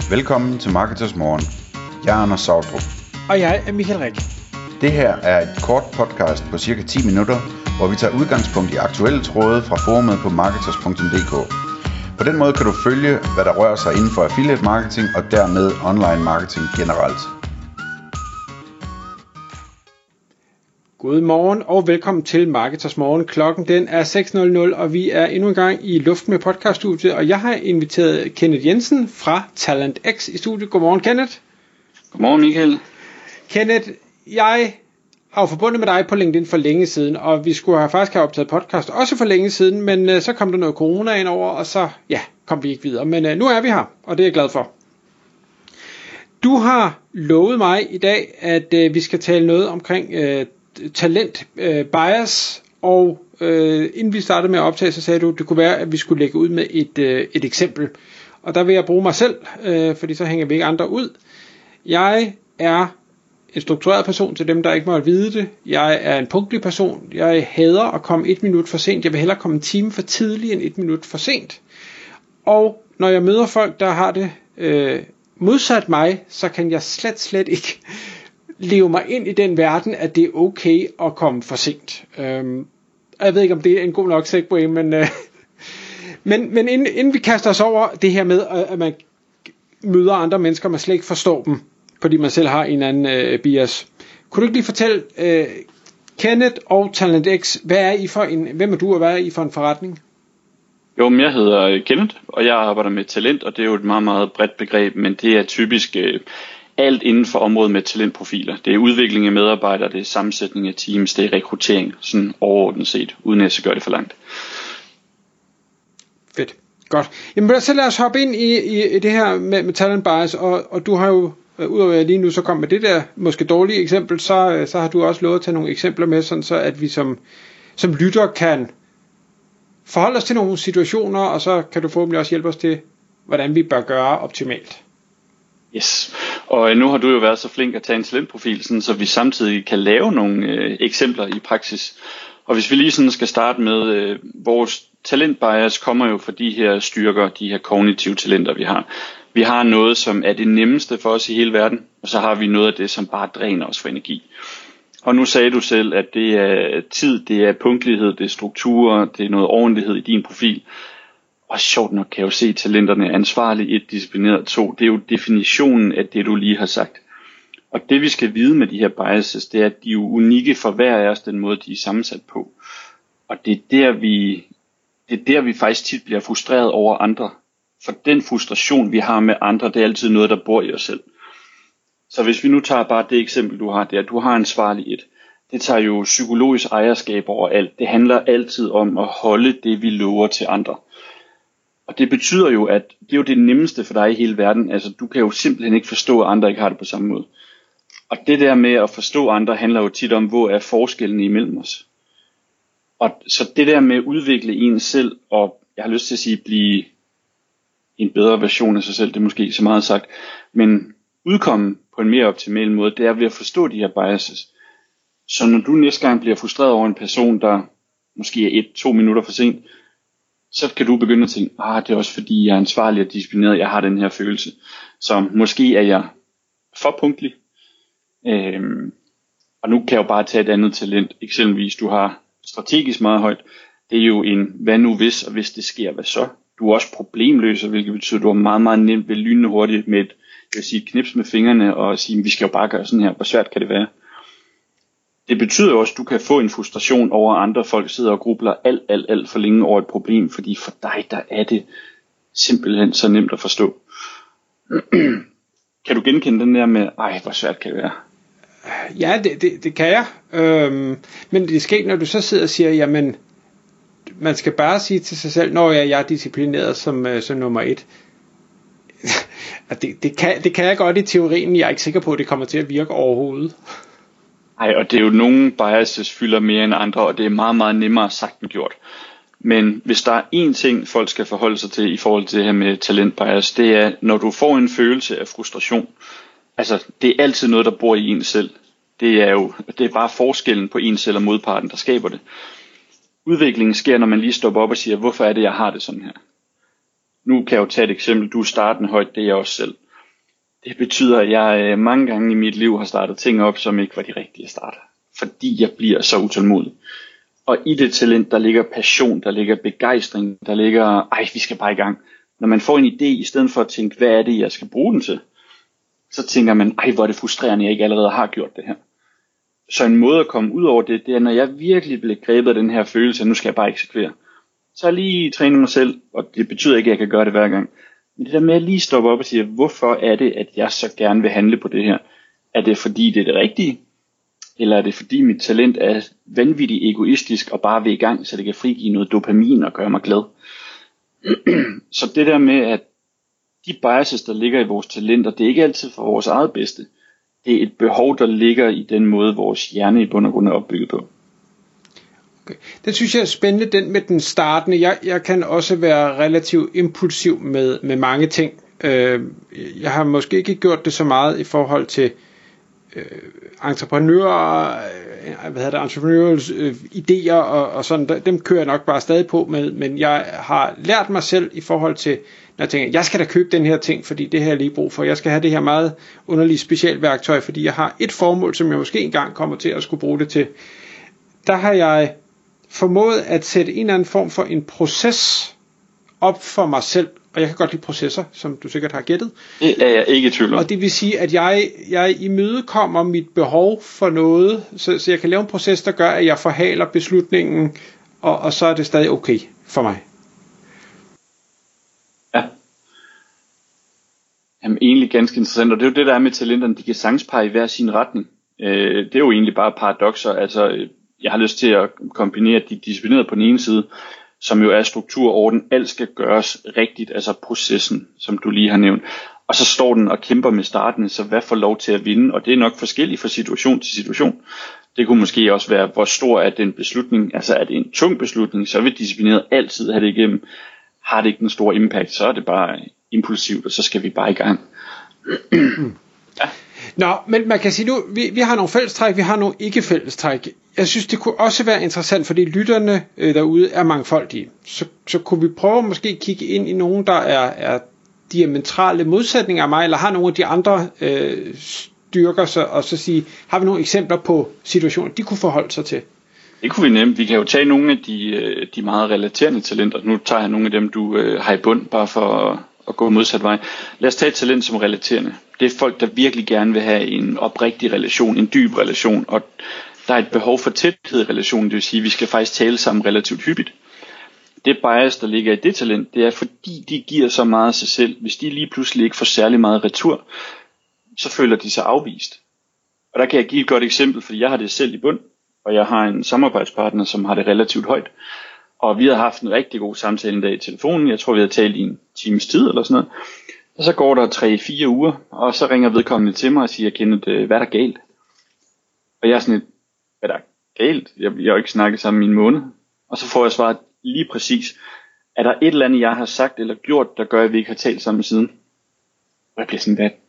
Velkommen til Marketers Morgen. Jeg er Anders Sautrup. Og jeg er Michael Rik. Det her er et kort podcast på cirka 10 minutter, hvor vi tager udgangspunkt i aktuelle tråde fra forumet på marketers.dk. På den måde kan du følge, hvad der rører sig inden for affiliate marketing og dermed online marketing generelt. Godmorgen og velkommen til Marketers Morgen. Klokken den er 6.00, og vi er endnu en gang i luften med podcaststudiet, og jeg har inviteret Kenneth Jensen fra TalentX i studiet. Godmorgen, Kenneth. Godmorgen, Michael. Kenneth, jeg har jo forbundet med dig på LinkedIn for længe siden, og vi skulle faktisk have optaget podcast også for længe siden, men så kom der noget corona ind over, og så kom vi ikke videre. Men nu er vi her, og det er jeg glad for. Du har lovet mig i dag, at vi skal tale noget omkring talent bias, og inden vi startede med at optage, så sagde du, at det kunne være, at vi skulle lægge ud med et eksempel. Og der vil jeg bruge mig selv, fordi så hænger vi ikke andre ud. Jeg er en struktureret person til dem, der ikke må vide det. Jeg er en punktlig person. Jeg hader at komme 1 minut for sent. Jeg vil hellere komme en time for tidligt end 1 minut for sent. Og når jeg møder folk, der har det modsat mig, så kan jeg slet ikke leve mig ind i den verden, at det er okay at komme for sent. Jeg ved ikke, om det er en god nok segue, men inden vi kaster os over det her med, at man møder andre mennesker, man slet ikke forstår dem, fordi man selv har en anden bias. Kunne du ikke lige fortælle, Kenneth og TalentX, hvem er du, og hvad er I for en forretning? Jo, men jeg hedder Kenneth, og jeg arbejder med talent, og det er jo et meget, meget bredt begreb, men det er typisk alt inden for området med talentprofiler. Det er udvikling af medarbejdere, det er sammensætning af teams, det er rekruttering, sådan overordnet set, uden at jeg skal gøre det for langt. Fedt. Godt. Jamen så lad os hoppe ind i det her med talent bias, og du har jo, udover at lige nu så kom med det der måske dårlige eksempel, så har du også lovet at tage nogle eksempler med, sådan så at vi som lytter kan forholde os til nogle situationer, og så kan du forhåbentlig også hjælpe os til, hvordan vi bør gøre optimalt. Yes, og nu har du jo været så flink at tage en talentprofil, sådan, så vi samtidig kan lave nogle eksempler i praksis. Og hvis vi lige sådan skal starte med, vores talentbias kommer jo fra de her styrker, de her kognitive talenter, vi har. Vi har noget, som er det nemmeste for os i hele verden, og så har vi noget af det, som bare dræner os for energi. Og nu sagde du selv, at det er tid, det er punktlighed, det er strukturer, det er noget ordentlighed i din profil. Og sjovt nok kan jeg jo se talenterne ansvarlig 1, disciplineret 2. Det er jo definitionen af det, du lige har sagt. Og det vi skal vide med de her biases, det er, at de er jo unikke for hver af os, den måde de er sammensat på. Og det er der vi faktisk tit bliver frustreret over andre. For den frustration vi har med andre, det er altid noget, der bor i os selv. Så hvis vi nu tager bare det eksempel du har, det er, at du har ansvarlig 1. Det tager jo psykologisk ejerskab over alt. Det handler altid om at holde det vi lover til andre. Og det betyder jo, at det er jo det nemmeste for dig i hele verden. Altså du kan jo simpelthen ikke forstå, at andre ikke har det på samme måde. Og det der med at forstå andre handler jo tit om, hvor er forskellen imellem os. Og så det der med at udvikle en selv, og jeg har lyst til at sige, blive en bedre version af sig selv, det er måske ikke så meget sagt, men udkomme på en mere optimal måde, det er ved at forstå de her biases. Så når du næste gang bliver frustreret over en person, der måske er 1-2 minutter for sent, så kan du begynde at tænke, det er også fordi jeg er ansvarlig og disciplineret, jeg har den her følelse. Så måske er jeg for punktlig. Og nu kan jeg jo bare tage et andet talent. Eksempelvis du har strategisk meget højt. Det er jo en hvad nu hvis, og hvis det sker, hvad så? Du er også problemløser, hvilket betyder, at du er meget, meget nemt ved lynende hurtigt med et knips med fingrene og sige, vi skal jo bare gøre sådan her. Hvor svært kan det være? Det betyder jo også, at du kan få en frustration over, at andre folk sidder og grubler alt for længe over et problem, fordi for dig, der er det simpelthen så nemt at forstå. Kan du genkende den der med, hvor svært kan det være? Ja, det kan jeg. Men det sker, når du så sidder og siger, jamen, man skal bare sige til sig selv, når jeg er disciplineret som nummer 1. det kan jeg godt i teorien, jeg er ikke sikker på, at det kommer til at virke overhovedet. Nej, og det er jo nogle biases fylder mere end andre, og det er meget, meget nemmere sagt end gjort. Men hvis der er én ting, folk skal forholde sig til i forhold til det her med talent bias, det er, når du får en følelse af frustration. Altså, det er altid noget, der bor i en selv. Det er bare forskellen på en selv og modparten, der skaber det. Udviklingen sker, når man lige stopper op og siger, hvorfor er det, jeg har det sådan her? Nu kan jeg jo tage et eksempel. Du er startende højt, det er jeg også selv. Det betyder, at jeg mange gange i mit liv har startet ting op, som ikke var de rigtige starter. Fordi jeg bliver så utålmodig. Og i det talent, der ligger passion, der ligger begejstring, der ligger, vi skal bare i gang. Når man får en idé, i stedet for at tænke, hvad er det, jeg skal bruge den til? Så tænker man, hvor er det frustrerende, jeg ikke allerede har gjort det her. Så en måde at komme ud over det, det er, når jeg virkelig bliver grebet af den her følelse, at nu skal jeg bare eksekvere. Så jeg lige træne mig selv, og det betyder ikke, at jeg kan gøre det hver gang. Men det der med at lige stoppe op og sige, hvorfor er det, at jeg så gerne vil handle på det her? Er det fordi, det er det rigtige? Eller er det fordi, mit talent er vanvittigt egoistisk og bare vil i gang, så det kan frigive noget dopamin og gøre mig glad? Så det der med, at de biases, der ligger i vores talenter, det er ikke altid for vores eget bedste. Det er et behov, der ligger i den måde, vores hjerne i bund og grund er opbygget på. Okay. Den synes jeg er spændende, den med den startende. Jeg kan også være relativt impulsiv med mange ting. Jeg har måske ikke gjort det så meget i forhold til entreprenørers idéer og sådan. Dem kører jeg nok bare stadig på med, men jeg har lært mig selv i forhold til, når jeg tænker, jeg skal da købe den her ting, fordi det her er lige brug for. Jeg skal have det her meget underlige specialværktøj, fordi jeg har et formål, som jeg måske engang kommer til at skulle bruge det til. Der har jeg formået at sætte en eller anden form for en proces op for mig selv, og jeg kan godt lide processer, som du sikkert har gættet. Det er jeg ikke i tvivl om. Og det vil sige, at jeg imødekommer mit behov for noget, så jeg kan lave en proces, der gør, at jeg forhaler beslutningen, og så er det stadig okay for mig. Ja. Jamen egentlig ganske interessant, og det er jo det, der er med talenterne, de kan sagtens pege i hver sin retning. Det er jo egentlig bare paradokser, altså jeg har lyst til at kombinere de disciplinerede på den ene side, som jo er struktur og orden. Alt skal gøres rigtigt, altså processen, som du lige har nævnt. Og så står den og kæmper med starten, så hvad får lov til at vinde? Og det er nok forskelligt fra situation til situation. Det kunne måske også være, hvor stor er den beslutning. Altså er det en tung beslutning, så vil disciplineret altid have det igennem. Har det ikke den store impact, så er det bare impulsivt, og så skal vi bare i gang. Ja. Nå, men man kan sige nu, vi har nogle fællestræk, vi har nogle ikke-fællestræk. Jeg synes, det kunne også være interessant, fordi lytterne derude er mangfoldige. Så kunne vi prøve måske at kigge ind i nogen, der er diametrale modsætninger af mig, eller har nogle af de andre styrker, og så sige, har vi nogle eksempler på situationer, de kunne forholde sig til? Det kunne vi nemt. Vi kan jo tage nogle af de meget relaterende talenter. Nu tager jeg nogle af dem, du har i bund, bare for at gå modsat vej. Lad os tage et talent som relaterende. Det er folk, der virkelig gerne vil have en oprigtig relation, en dyb relation, og der er et behov for tæthed i relationen, det vil sige, at vi skal faktisk tale sammen relativt hyppigt. Det bias, der ligger i det talent, det er, fordi de giver så meget af sig selv. Hvis de lige pludselig ikke får særlig meget retur, så føler de sig afvist. Og der kan jeg give et godt eksempel, fordi jeg har det selv i bund, og jeg har en samarbejdspartner, som har det relativt højt. Og vi har haft en rigtig god samtale en dag i telefonen. Jeg tror, vi har talt i en times tid eller sådan noget. Og så går der 3-4 uger, og så ringer vedkommende til mig og siger, Kenneth, hvad er der galt? Og jeg er sådan lidt, hvad der er galt? Jeg har jo ikke snakket sammen i en måned. Og så får jeg svaret lige præcis, er der et eller andet, jeg har sagt eller gjort, der gør, at vi ikke har talt sammen siden? Og jeg bliver sådan, hvad?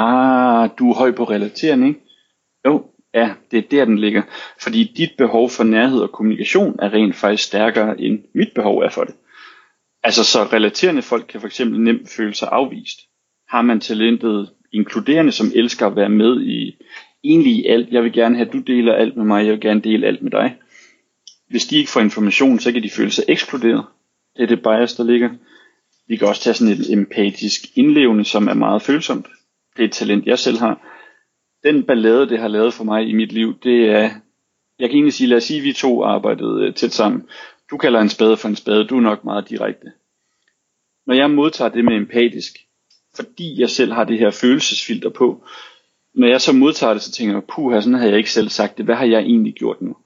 Du er høj på relaterende, ikke? Jo, ja, det er der, den ligger. Fordi dit behov for nærhed og kommunikation er rent faktisk stærkere, end mit behov er for det. Altså, så relaterende folk kan for eksempel nemt føle sig afvist. Har man talentet inkluderende, som elsker at være med i egentlig i alt. Jeg vil gerne have, at du deler alt med mig, jeg vil gerne dele alt med dig. Hvis de ikke får information, så kan de føle sig ekskluderet. Det er det bias, der ligger. Vi kan også tage sådan et empatisk indlevende, som er meget følsomt. Det er et talent, jeg selv har. Den ballade, det har lavet for mig i mit liv, det er, jeg kan egentlig sige, lad os sige, at vi to arbejdede tæt sammen. Du kalder en spade for en spade, du er nok meget direkte. Når jeg modtager det med empatisk, fordi jeg selv har det her følelsesfilter på, når jeg så modtager det, så tænker jeg, puha, sådan har jeg ikke selv sagt det. Hvad har jeg egentlig gjort nu?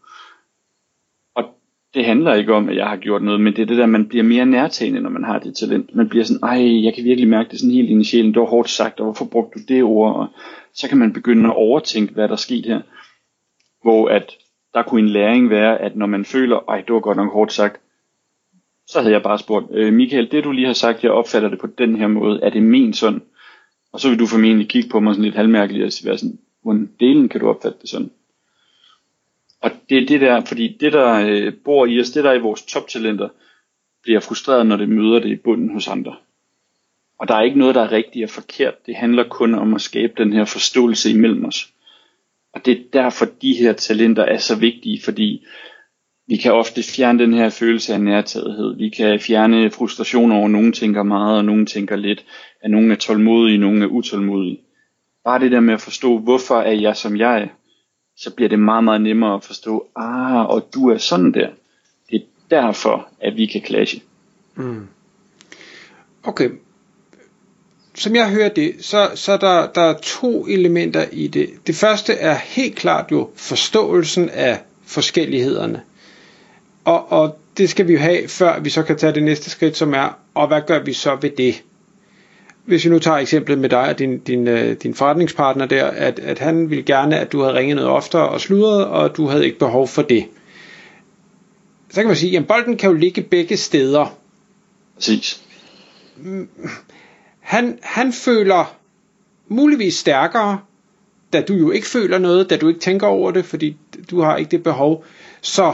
Og det handler ikke om, at jeg har gjort noget, men det er det der, man bliver mere nærtagende, når man har det talent. Man bliver sådan, jeg kan virkelig mærke det sådan helt ind i sjælen. Det var hårdt sagt, og hvorfor brugte du det ord? Og så kan man begynde at overtænke, hvad der er sket her. Hvor at der kunne en læring være, at når man føler, det var godt nok hårdt sagt, så havde jeg bare spurgt, Michael, det du lige har sagt, jeg opfatter det på den her måde. Er det ment sådan? Og så vil du formentlig kigge på mig sådan lidt halvmærkeligt og sige sådan, hvordan delen kan du opfatte det sådan? Og det er det der, fordi det der bor i os, det der i vores toptalenter, bliver frustreret, når det møder det i bunden hos andre. Og der er ikke noget, der er rigtigt og forkert. Det handler kun om at skabe den her forståelse imellem os. Og det er derfor, de her talenter er så vigtige, fordi vi kan ofte fjerne den her følelse af nærtagethed. Vi kan fjerne frustration over, at nogen tænker meget, og nogen tænker lidt. At nogen er tålmodige, nogen er utålmodige. Bare det der med at forstå, hvorfor er jeg som jeg er, så bliver det meget, meget nemmere at forstå, og du er sådan der. Det er derfor, at vi kan clashe. Okay. Som jeg hører det, så der er 2 elementer i det. Det første er helt klart jo forståelsen af forskellighederne. Og det skal vi jo have, før vi så kan tage det næste skridt, som er, og hvad gør vi så ved det? Hvis vi nu tager eksemplet med dig og din forretningspartner der, at han ville gerne, at du havde ringet noget oftere og sludret, og du havde ikke behov for det. Så kan man sige, at bolden kan jo ligge begge steder. Præcis. Han føler muligvis stærkere, da du jo ikke føler noget, da du ikke tænker over det, fordi du har ikke det behov. Så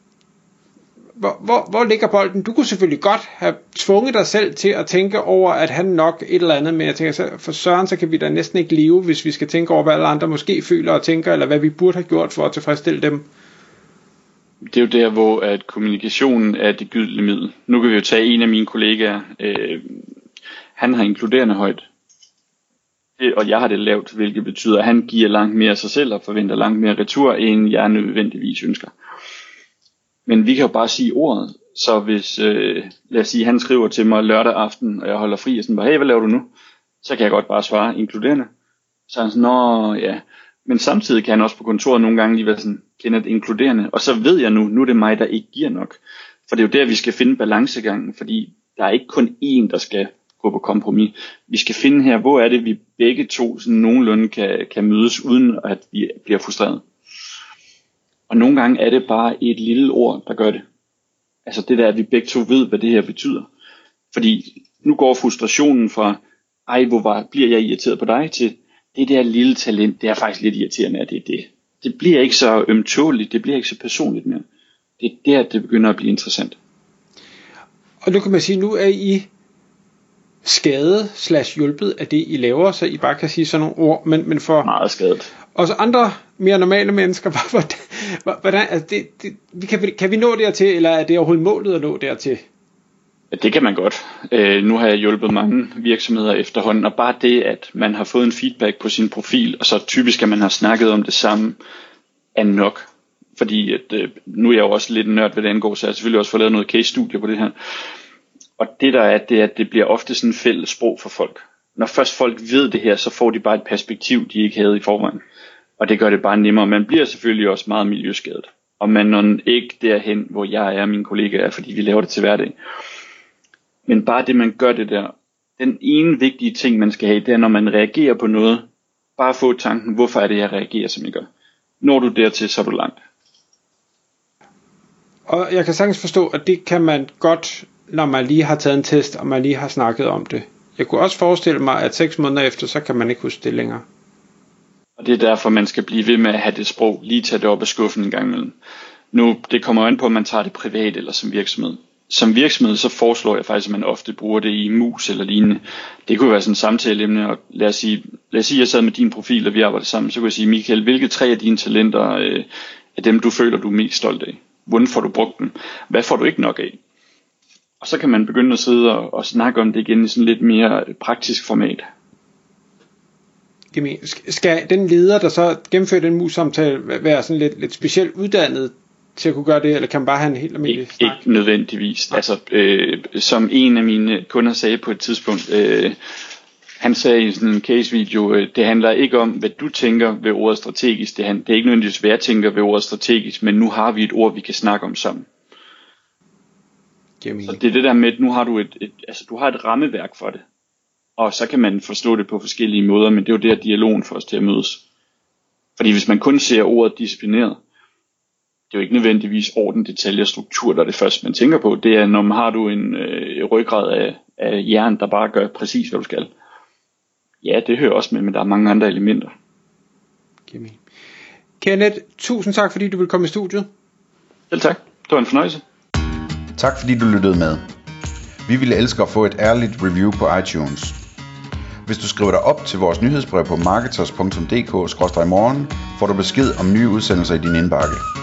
hvor ligger bolden? Du kunne selvfølgelig godt have tvunget dig selv til at tænke over, at han nok et eller andet, men jeg tænker, for søren, så kan vi da næsten ikke leve, hvis vi skal tænke over, hvad alle andre måske føler og tænker, eller hvad vi burde have gjort for at tilfredsstille dem. Det er jo der, hvor at kommunikationen er det gyldne middel. Nu kan vi jo tage en af mine kollegaer. Han har inkluderende højt. Og jeg har det lavt, hvilket betyder, at han giver langt mere af sig selv og forventer langt mere retur, end jeg nødvendigvis ønsker. Men vi kan jo bare sige ordet. Så hvis, lad os sige, han skriver til mig lørdag aften, og jeg holder fri, og sådan bare, hey, hvad laver du nu? Så kan jeg godt bare svare inkluderende. Så han sådan, nå ja. Men samtidig kan han også på kontoret nogle gange lige være sådan, kender det inkluderende. Og så ved jeg nu er det mig, der ikke giver nok. For det er jo der, vi skal finde balancegangen, fordi der er ikke kun én, der skal gå på kompromis. Vi skal finde her, hvor er det, vi begge to sådan nogenlunde kan mødes, uden at vi bliver frustreret. Og nogle gange er det bare et lille ord, der gør det. Altså det der, at vi begge to ved, hvad det her betyder. Fordi nu går frustrationen fra, bliver jeg irriteret på dig, til det der lille talent, det er faktisk lidt irriterende, at det er det. Det bliver ikke så ømtåligt, det bliver ikke så personligt mere. Det er der, det begynder at blive interessant. Og nu kan man sige, nu er I skadet/hjulpet af det, I laver, så I bare kan sige sådan nogle ord, men for meget skadet. Og så andre mere normale mennesker, hvordan, altså kan vi nå dertil, eller er det overhovedet målet at nå dertil? Ja, det kan man godt. Nu har jeg hjulpet mange virksomheder efterhånden, og bare det, at man har fået en feedback på sin profil, og så typisk, at man har snakket om det samme, er nok. Fordi at, nu er jeg jo også lidt nørd, hvad det angår, så jeg har selvfølgelig også fået lavet noget case-studie på det her. Og det der er, det er, at det bliver ofte sådan en fælles sprog for folk. Når først folk ved det her, så får de bare et perspektiv, de ikke havde i forvejen. Og det gør det bare nemmere. Man bliver selvfølgelig også meget miljøskadet. Og man når ikke derhen, hvor jeg er og mine kollegaer er, fordi vi laver det til hverdag. Men bare det, man gør det der. Den ene vigtige ting, man skal have, det er, når man reagerer på noget. Bare få tanken, hvorfor er det, jeg reagerer, som jeg gør. Når du dertil, så er du langt. Og jeg kan sagtens forstå, at det kan man godt, når man lige har taget en test, og man lige har snakket om det. Jeg kunne også forestille mig, at 6 måneder efter, så kan man ikke huske det længere. Og det er derfor, man skal blive ved med at have det sprog, lige tage det op af skuffen en gang imellem. Nu, det kommer an på, om man tager det privat eller som virksomhed. Som virksomhed, så foreslår jeg faktisk, at man ofte bruger det i mus eller lignende. Det kunne være sådan en samtaleemne, og lad os sige, jeg sad med din profil, og vi arbejder sammen, så kunne jeg sige, Michael, hvilke 3 af dine talenter er dem, du føler, du er mest stolt af? Hvordan får du brugt dem? Hvad får du ikke nok af? Og så kan man begynde at sidde og snakke om det igen i sådan lidt mere praktisk format. Skal den leder, der så gennemfører den mus-samtale, være sådan lidt specielt uddannet til at kunne gøre det, eller kan man bare have en helt almindelig snak? Ikke nødvendigvis. Altså, som en af mine kunder sagde på et tidspunkt, han sagde i sådan en case-video, det handler ikke om, hvad du tænker ved ordet strategisk. Det er ikke nødvendigvis, hvad jeg tænker ved ordet strategisk, men nu har vi et ord, vi kan snakke om sammen. Så det er det der med, at nu har du du har et rammeværk for det. Og så kan man forstå det på forskellige måder, men det er jo der dialogen får os til at mødes. Fordi hvis man kun ser ordet disciplineret, det er jo ikke nødvendigvis orden, detaljer, struktur, der er det første, man tænker på. Det er, når man har du en ryggrad af jern, der bare gør præcis, hvad du skal. Ja, det hører også med, men der er mange andre elementer. Kenneth, tusind tak, fordi du ville komme i studiet. Selv tak. Det var en fornøjelse. Tak fordi du lyttede med. Vi ville elske at få et ærligt review på iTunes. Hvis du skriver dig op til vores nyhedsbrev på marketers.dk/morgen, får du besked om nye udsendelser i din indbakke.